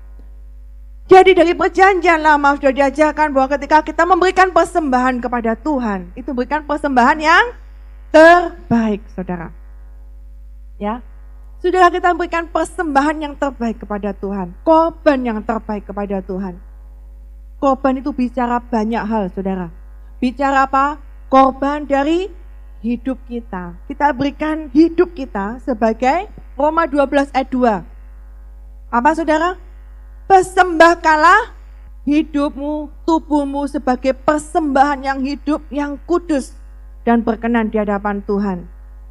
Jadi dari perjanjian lama sudah diajarkan bahwa ketika kita memberikan persembahan kepada Tuhan, itu berikan persembahan yang terbaik, saudara. Ya, saudara, kita berikan persembahan yang terbaik kepada Tuhan, korban yang terbaik kepada Tuhan. Korban itu bicara banyak hal, saudara. Bicara apa? Korban dari hidup kita. Kita berikan hidup kita sebagai Roma 12 ayat 2. Apa, saudara? Persembahkanlah hidupmu, tubuhmu sebagai persembahan yang hidup, yang kudus dan berkenan di hadapan Tuhan.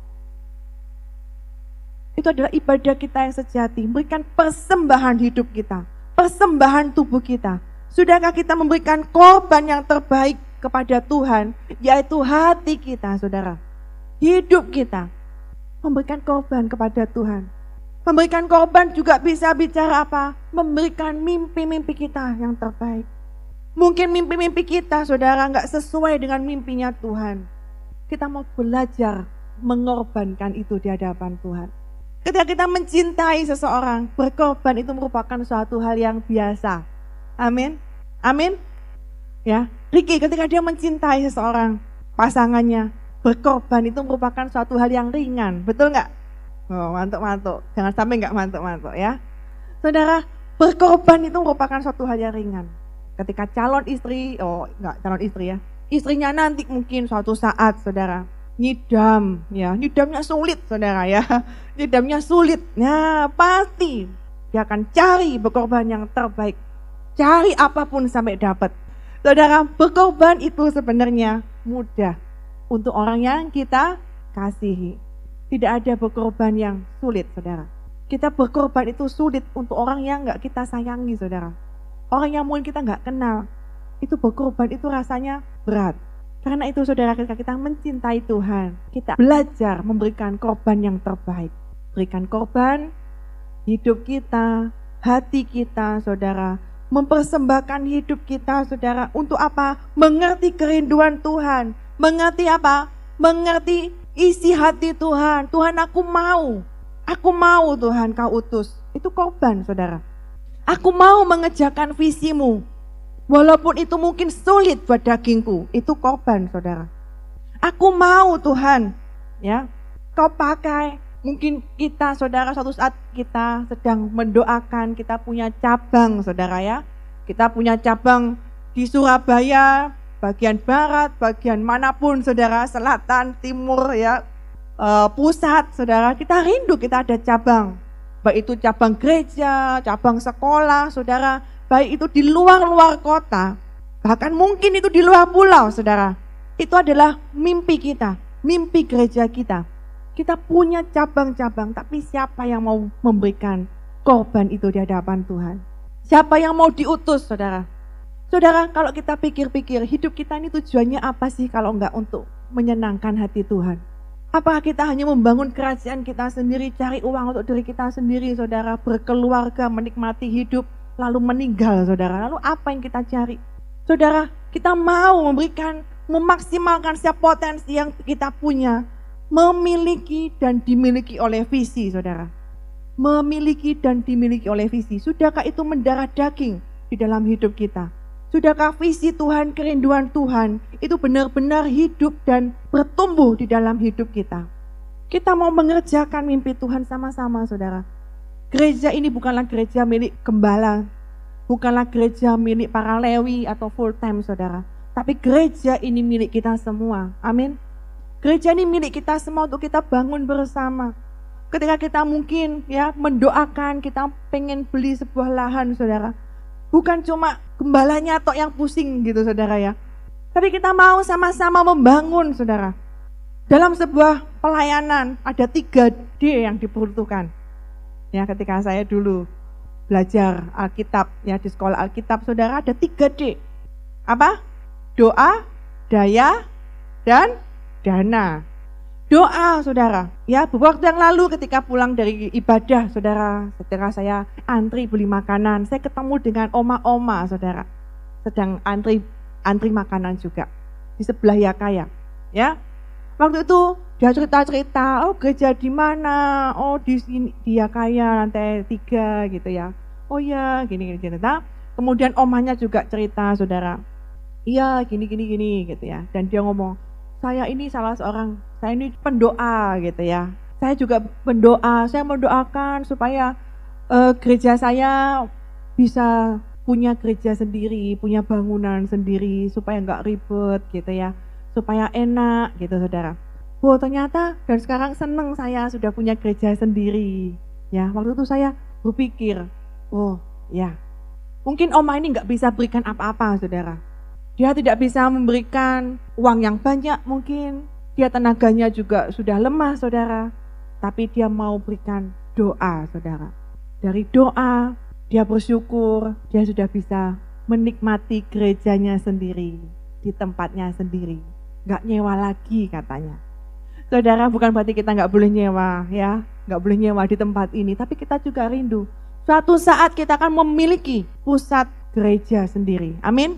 Itu adalah ibadah kita yang sejati, memberikan persembahan hidup kita, persembahan tubuh kita. Sudahkah kita memberikan korban yang terbaik kepada Tuhan, yaitu hati kita, saudara, hidup kita, memberikan korban kepada Tuhan. Memberikan korban juga bisa bicara apa? Memberikan mimpi-mimpi kita yang terbaik. Mungkin mimpi-mimpi kita, saudara, nggak sesuai dengan mimpinya Tuhan. Kita mau belajar mengorbankan itu di hadapan Tuhan. Ketika kita mencintai seseorang, berkorban itu merupakan suatu hal yang biasa. Amin. Amin. Ya, Ricky ketika dia mencintai seseorang, pasangannya, berkorban itu merupakan suatu hal yang ringan, betul nggak? Oh, mantuk-mantuk, jangan sampai nggak mantuk-mantuk ya. Saudara, berkorban itu merupakan suatu hal yang ringan. Ketika calon istri, nggak calon istri ya, istrinya nanti mungkin suatu saat, saudara, nyidam, ya, nyidamnya sulit, saudara ya, nyidamnya sulit, nah pasti dia akan cari berkorban yang terbaik, cari apapun sampai dapat. Saudara, berkorban itu sebenarnya mudah untuk orang yang kita kasihi. Tidak ada berkorban yang sulit, saudara. Kita berkorban itu sulit untuk orang yang nggak kita sayangi, saudara. Orang yang mungkin kita nggak kenal, itu berkorban itu rasanya berat. Karena itu, saudara, ketika kita mencintai Tuhan, kita belajar memberikan korban yang terbaik. Berikan korban hidup kita, hati kita, saudara. Mempersembahkan hidup kita, saudara, untuk apa? Mengerti kerinduan Tuhan. Mengerti apa? Mengerti isi hati Tuhan. Tuhan, aku mau Tuhan kau utus. Itu korban, saudara. Aku mau mengerjakan visimu. Walaupun itu mungkin sulit buat dagingku, itu korban, saudara. Aku mau Tuhan, ya, kau pakai. Mungkin kita, saudara, suatu saat kita sedang mendoakan, kita punya cabang, saudara ya. Kita punya cabang di Surabaya, bagian barat, bagian manapun, saudara, selatan, timur, ya, pusat, saudara. Kita rindu kita ada cabang. Baik itu cabang gereja, cabang sekolah, saudara. Baik itu di luar-luar kota, bahkan mungkin itu di luar pulau, saudara. Itu adalah mimpi kita, mimpi gereja kita. Kita punya cabang-cabang, tapi siapa yang mau memberikan korban itu di hadapan Tuhan? Siapa yang mau diutus, saudara? Saudara, kalau kita pikir-pikir, hidup kita ini tujuannya apa sih kalau enggak untuk menyenangkan hati Tuhan? Apakah kita hanya membangun kerajaan kita sendiri, cari uang untuk diri kita sendiri, saudara, berkeluarga, menikmati hidup, lalu meninggal, saudara? Lalu apa yang kita cari? Saudara, kita mau memberikan, memaksimalkan setiap potensi yang kita punya, memiliki dan dimiliki oleh visi, saudara. Memiliki dan dimiliki oleh visi. Sudahkah itu mendarah daging di dalam hidup kita? Sudahkah visi Tuhan, kerinduan Tuhan itu benar-benar hidup dan bertumbuh di dalam hidup kita? Kita mau mengerjakan mimpi Tuhan sama-sama, saudara. Gereja ini bukanlah gereja milik gembala, bukanlah gereja milik para lewi atau full time, saudara. Tapi gereja ini milik kita semua. Amin. Gereja ini milik kita semua untuk kita bangun bersama. Ketika kita mungkin ya mendoakan, kita pengen beli sebuah lahan, saudara. Bukan cuma gembalanya atau yang pusing gitu, saudara ya. Tapi kita mau sama-sama membangun, saudara. Dalam sebuah pelayanan ada 3D yang diperuntukkan. Ya, ketika saya dulu belajar Alkitab ya di sekolah Alkitab, saudara, ada 3D. Apa? Doa, daya, dan dana. Doa, saudara. Ya, beberapa waktu yang lalu ketika pulang dari ibadah, saudara, setelah saya antri beli makanan, saya ketemu dengan oma-oma, saudara. Sedang antri makanan juga di sebelah Yakaya. Ya. Waktu itu dia cerita-cerita, oh gereja di mana? Oh di sini di Yakaya lantai 3 gitu ya. Oh ya, gini cerita. Kemudian omanya juga cerita, saudara. Iya, gini gitu ya. Dan dia ngomong, saya ini salah seorang, saya ini pendoa gitu ya. Saya juga pendoa, saya mendoakan supaya gereja saya bisa punya gereja sendiri, punya bangunan sendiri, supaya nggak ribet gitu ya, supaya enak gitu, saudara. Wow, ternyata dan sekarang seneng saya sudah punya gereja sendiri. Ya, waktu itu saya berpikir, oh ya, mungkin oma ini nggak bisa berikan apa-apa, saudara. Dia tidak bisa memberikan uang yang banyak mungkin. Dia tenaganya juga sudah lemah, saudara. Tapi dia mau berikan doa, saudara. Dari doa, dia bersyukur, dia sudah bisa menikmati gerejanya sendiri, di tempatnya sendiri. Gak nyewa lagi katanya. Saudara, bukan berarti kita gak boleh nyewa ya. Gak boleh nyewa di tempat ini, tapi kita juga rindu. Suatu saat kita akan memiliki pusat gereja sendiri. Amin.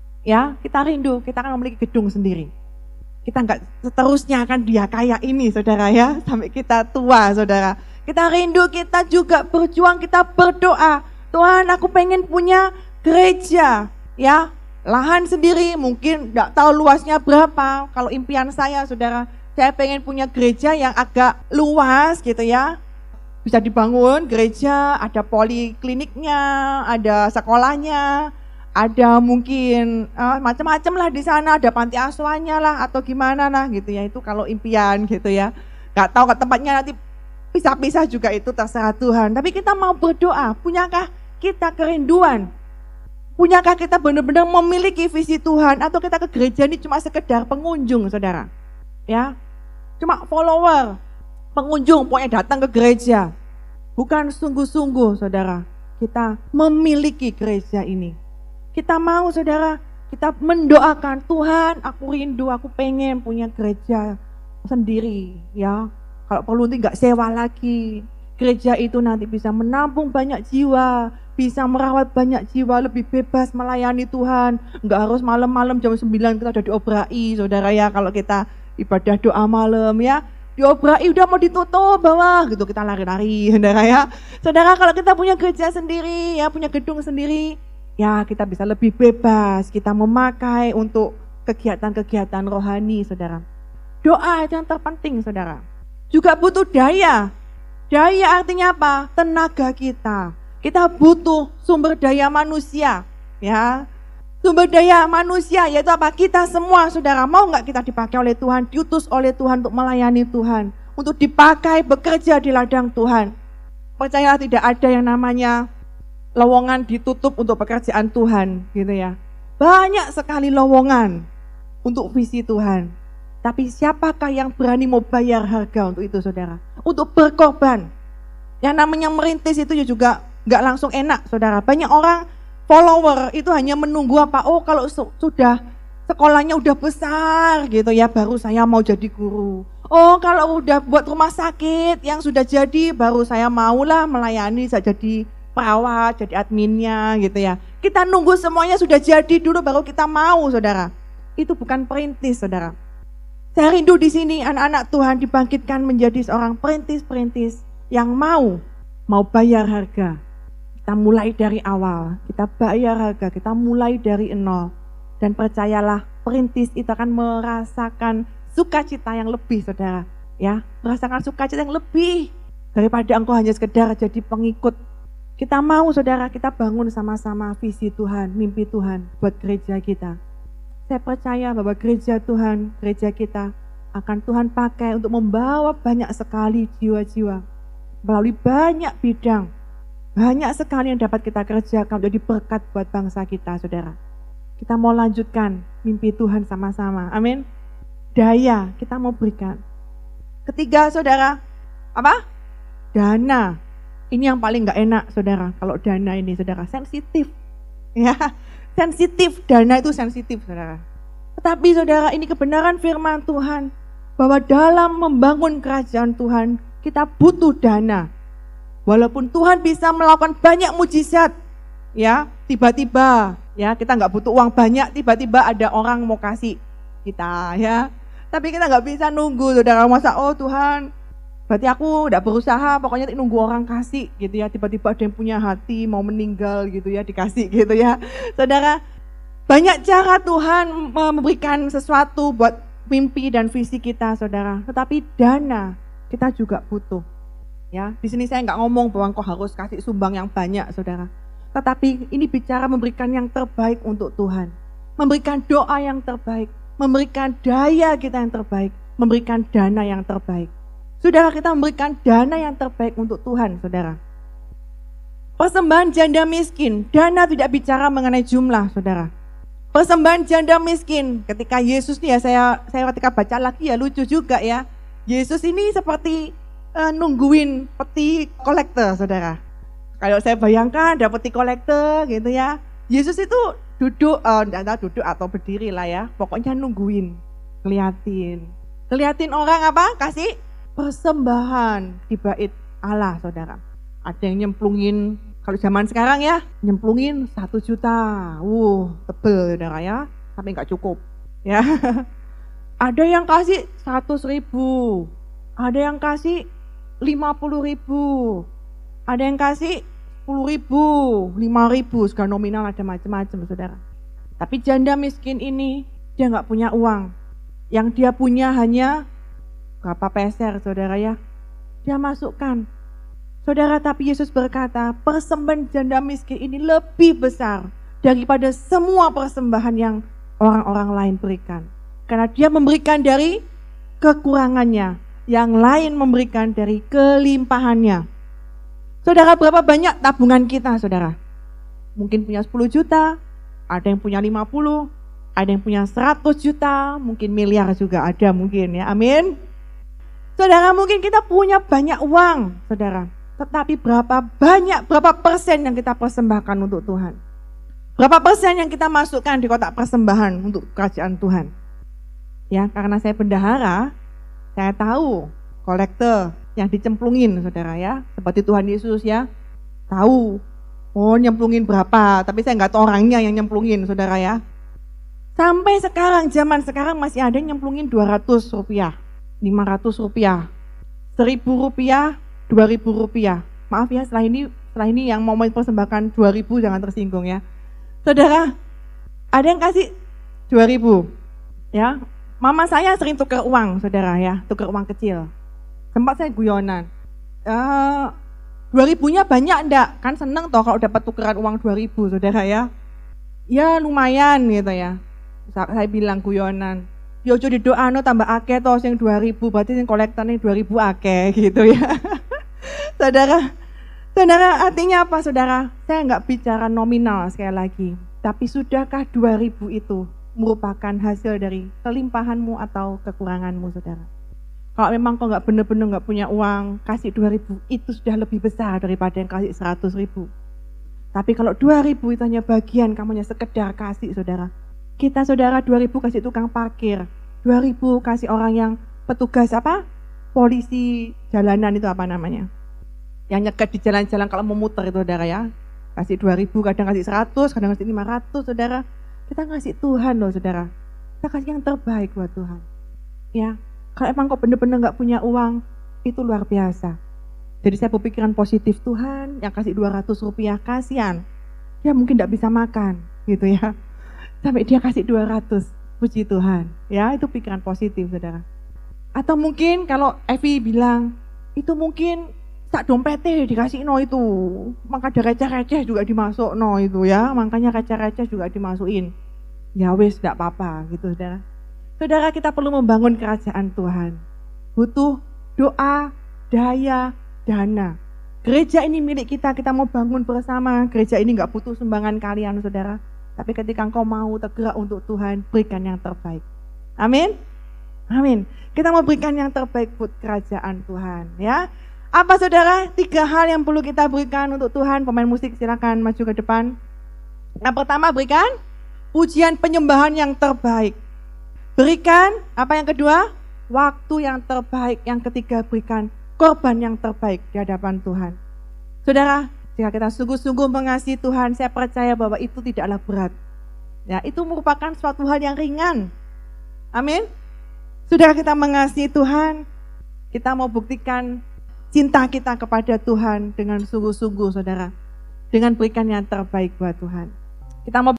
Ya, kita rindu, kita akan memiliki gedung sendiri. Kita enggak seterusnya akan dia kayak ini, saudara ya, sampai kita tua, saudara. Kita rindu, kita juga berjuang, kita berdoa. Tuhan, aku pengen punya gereja, ya, lahan sendiri, mungkin enggak tahu luasnya berapa. Kalau impian saya, saudara, saya pengen punya gereja yang agak luas gitu ya. Bisa dibangun gereja, ada polikliniknya, ada sekolahnya, ada mungkin macam-macam lah di sana, ada panti asuhannya lah atau gimana lah gitu ya. Itu kalau impian gitu ya. Gak tahu ke tempatnya nanti pisah-pisah juga, itu terserah Tuhan. Tapi kita mau berdoa, punyakah kita kerinduan? Punyakah kita benar-benar memiliki visi Tuhan, atau kita ke gereja ini cuma sekedar pengunjung, saudara? Ya, cuma follower, pengunjung, pokoknya datang ke gereja. Bukan sungguh-sungguh, saudara, kita memiliki gereja ini. Kita mau, saudara, kita mendoakan, Tuhan, aku rindu, aku pengen punya gereja sendiri, ya. Kalau perlu nanti nggak sewa lagi. Gereja itu nanti bisa menampung banyak jiwa, bisa merawat banyak jiwa, lebih bebas melayani Tuhan. Nggak harus malam-malam jam 9 kita udah diobrai, saudara ya, kalau kita ibadah doa malam ya. diobrai, udah mau ditutup bawah gitu, kita lari-lari, saudara ya. Saudara, kalau kita punya gereja sendiri, ya punya gedung sendiri, ya kita bisa lebih bebas, kita memakai untuk kegiatan-kegiatan rohani, saudara. Doa itu yang terpenting, saudara. Juga butuh daya. Daya artinya apa? Tenaga kita. Kita butuh sumber daya manusia, ya. Sumber daya manusia yaitu apa? Kita semua, saudara, mau nggak kita dipakai oleh Tuhan, diutus oleh Tuhan untuk melayani Tuhan, untuk dipakai bekerja di ladang Tuhan. Percayalah, tidak ada yang namanya lowongan ditutup untuk pekerjaan Tuhan, gitu ya. Banyak sekali lowongan untuk visi Tuhan. Tapi siapakah yang berani mau bayar harga untuk itu, saudara? Untuk berkorban. Yang namanya merintis itu juga nggak langsung enak, saudara. Banyak orang follower itu hanya menunggu apa? Oh, kalau sudah sekolahnya udah besar gitu ya, baru saya mau jadi guru. Oh, kalau udah buat rumah sakit yang sudah jadi, baru saya maulah melayani, saya jadi perawat, jadi adminnya gitu ya. Kita nunggu semuanya sudah jadi dulu baru kita mau, saudara. Itu bukan perintis, saudara. Saya rindu di sini anak-anak Tuhan dibangkitkan menjadi seorang perintis-perintis yang mau bayar harga. Kita mulai dari awal, kita bayar harga, kita mulai dari nol. Dan percayalah, perintis itu akan merasakan sukacita yang lebih, saudara. Ya, merasakan sukacita yang lebih daripada engkau hanya sekedar jadi pengikut. Kita mau, saudara, kita bangun sama-sama visi Tuhan, mimpi Tuhan buat gereja kita. Saya percaya bahwa gereja Tuhan, gereja kita akan Tuhan pakai untuk membawa banyak sekali jiwa-jiwa melalui banyak bidang. Banyak sekali yang dapat kita kerjakan menjadi berkat buat bangsa kita, saudara. Kita mau lanjutkan mimpi Tuhan sama-sama. Amin. Daya kita mau berikan. Ketiga, saudara, apa? Dana. Ini yang paling gak enak, saudara. Kalau dana ini, saudara, sensitif. Ya, sensitif. Dana itu sensitif, saudara. Tetapi, saudara, ini kebenaran firman Tuhan. Bahwa dalam membangun kerajaan Tuhan, kita butuh dana. Walaupun Tuhan bisa melakukan banyak mujizat, ya, tiba-tiba, ya, kita nggak butuh uang banyak, tiba-tiba ada orang mau kasih kita, ya. Tapi kita nggak bisa nunggu, saudara. Masa, oh Tuhan, berarti aku udah berusaha, pokoknya nunggu orang kasih, gitu ya. Tiba-tiba ada yang punya hati mau meninggal, gitu ya, dikasih, gitu ya, saudara. Banyak cara Tuhan memberikan sesuatu buat mimpi dan visi kita, saudara. Tetapi dana kita juga butuh. Ya, di sini saya nggak ngomong bahwa engkau harus kasih sumbang yang banyak, saudara. Tetapi ini bicara memberikan yang terbaik untuk Tuhan. Memberikan doa yang terbaik. Memberikan daya kita yang terbaik. Memberikan dana yang terbaik. Saudara, kita memberikan dana yang terbaik untuk Tuhan, saudara. Persembahan janda miskin. Dana tidak bicara mengenai jumlah, saudara. Persembahan janda miskin. Ketika Yesus nih ya, saya ketika baca lagi ya lucu juga ya. Yesus ini seperti nungguin peti kolektor, saudara. Kalau saya bayangkan ada peti kolektor gitu ya. Yesus itu duduk, entah duduk atau berdiri lah ya. Pokoknya nungguin, ngeliatin orang apa? Kasih persembahan di bait Allah, saudara. Ada yang nyemplungin, kalau zaman sekarang ya, nyemplungin 1 juta. Tebel, saudara ya. Tapi nggak cukup, ya. Ada yang kasih 100.000, ada yang kasih 50.000, ada yang kasih 10.000, 5.000, segala nominal ada macam-macam, saudara. Tapi janda miskin ini dia nggak punya uang, yang dia punya hanya berapa peser, saudara ya. Dia masukkan, saudara. Tapi Yesus berkata, persembahan janda miskin ini lebih besar daripada semua persembahan yang orang-orang lain berikan, karena dia memberikan dari kekurangannya. Yang lain memberikan dari kelimpahannya. Saudara, berapa banyak tabungan kita, saudara? Mungkin punya 10 juta, ada yang punya 50, ada yang punya 100 juta, mungkin miliar juga ada mungkin ya, amin. Saudara, mungkin kita punya banyak uang, saudara. Tetapi berapa persen yang kita persembahkan untuk Tuhan? Berapa persen yang kita masukkan di kotak persembahan untuk kerajaan Tuhan? Ya, karena saya bendahara, saya tahu kolektor yang dicemplungin, saudara ya, seperti Tuhan Yesus ya, tahu, oh nyemplungin berapa, tapi saya nggak tahu orangnya yang nyemplungin, saudara ya. Sampai sekarang, zaman sekarang masih ada yang nyemplungin 200 rupiah, 500 rupiah, 1.000 rupiah, 2.000 rupiah. Maaf ya, setelah ini yang mau mempersembahkan 2.000 jangan tersinggung ya. Saudara, ada yang kasih 2.000 ya. Mama saya sering tukar uang, saudara ya, tukar uang kecil. Sempat saya guyonan. 2.000-nya banyak enggak? Kan seneng toh kalau dapat tukeran uang 2.000, saudara ya. Ya lumayan gitu ya. Saya bilang guyonan. Yo jadi doa no tambah akeh toh sing 2.000, berarti sing kolektornya 2.000 akeh gitu ya. Saudara, artinya apa saudara? Saya nggak bicara nominal sekali lagi. Tapi sudahkah 2.000 itu merupakan hasil dari kelimpahanmu atau kekuranganmu saudara? Kalau memang kau nggak benar-benar nggak punya uang, kasih 2.000 itu sudah lebih besar daripada yang kasih 100.000. Tapi kalau 2.000 itu hanya bagian, kamu hanya sekedar kasih saudara. Kita saudara 2.000 kasih tukang parkir, 2.000 kasih orang yang petugas polisi jalanan itu apa namanya? Yang nyekat di jalan-jalan kalau mau muter itu saudara ya. Kasih 2.000, kadang kasih 100, kadang kasih 500 saudara. Kita ngasih Tuhan loh saudara. Kita kasih yang terbaik buat Tuhan. Ya, kalau emang kau benar-benar nggak punya uang, itu luar biasa. Jadi saya berpikiran positif, Tuhan yang kasih 200 rupiah, kasihan. Dia mungkin nggak bisa makan gitu ya. Sampai dia kasih 200, puji Tuhan. Ya, itu pikiran positif saudara. Atau mungkin kalau Evi bilang, itu mungkin sak dompetnya dikasih no itu, maka ada receh-receh juga dimasuk no itu ya, makanya receh-receh juga dimasukin. Ya wis tidak apa-apa gitu saudara. Saudara, kita perlu membangun kerajaan Tuhan. Butuh doa, daya, dana. Gereja ini milik kita mau bangun bersama. Gereja ini nggak butuh sumbangan kalian saudara. Tapi ketika engkau mau tergerak untuk Tuhan, berikan yang terbaik. Amin. Amin. Kita mau berikan yang terbaik buat kerajaan Tuhan ya. Apa saudara? 3 hal yang perlu kita berikan untuk Tuhan. Pemain musik silakan maju ke depan. Yang pertama, berikan pujian penyembahan yang terbaik. Berikan apa yang kedua? Waktu yang terbaik. Yang ketiga, berikan korban yang terbaik di hadapan Tuhan. Saudara, jika kita sungguh-sungguh mengasihi Tuhan, saya percaya bahwa itu tidaklah berat. Ya, itu merupakan suatu hal yang ringan. Amin. Saudara, kita mengasihi Tuhan, kita mau buktikan cinta kita kepada Tuhan dengan sungguh-sungguh saudara. Dengan berikan yang terbaik buat Tuhan. Kita mau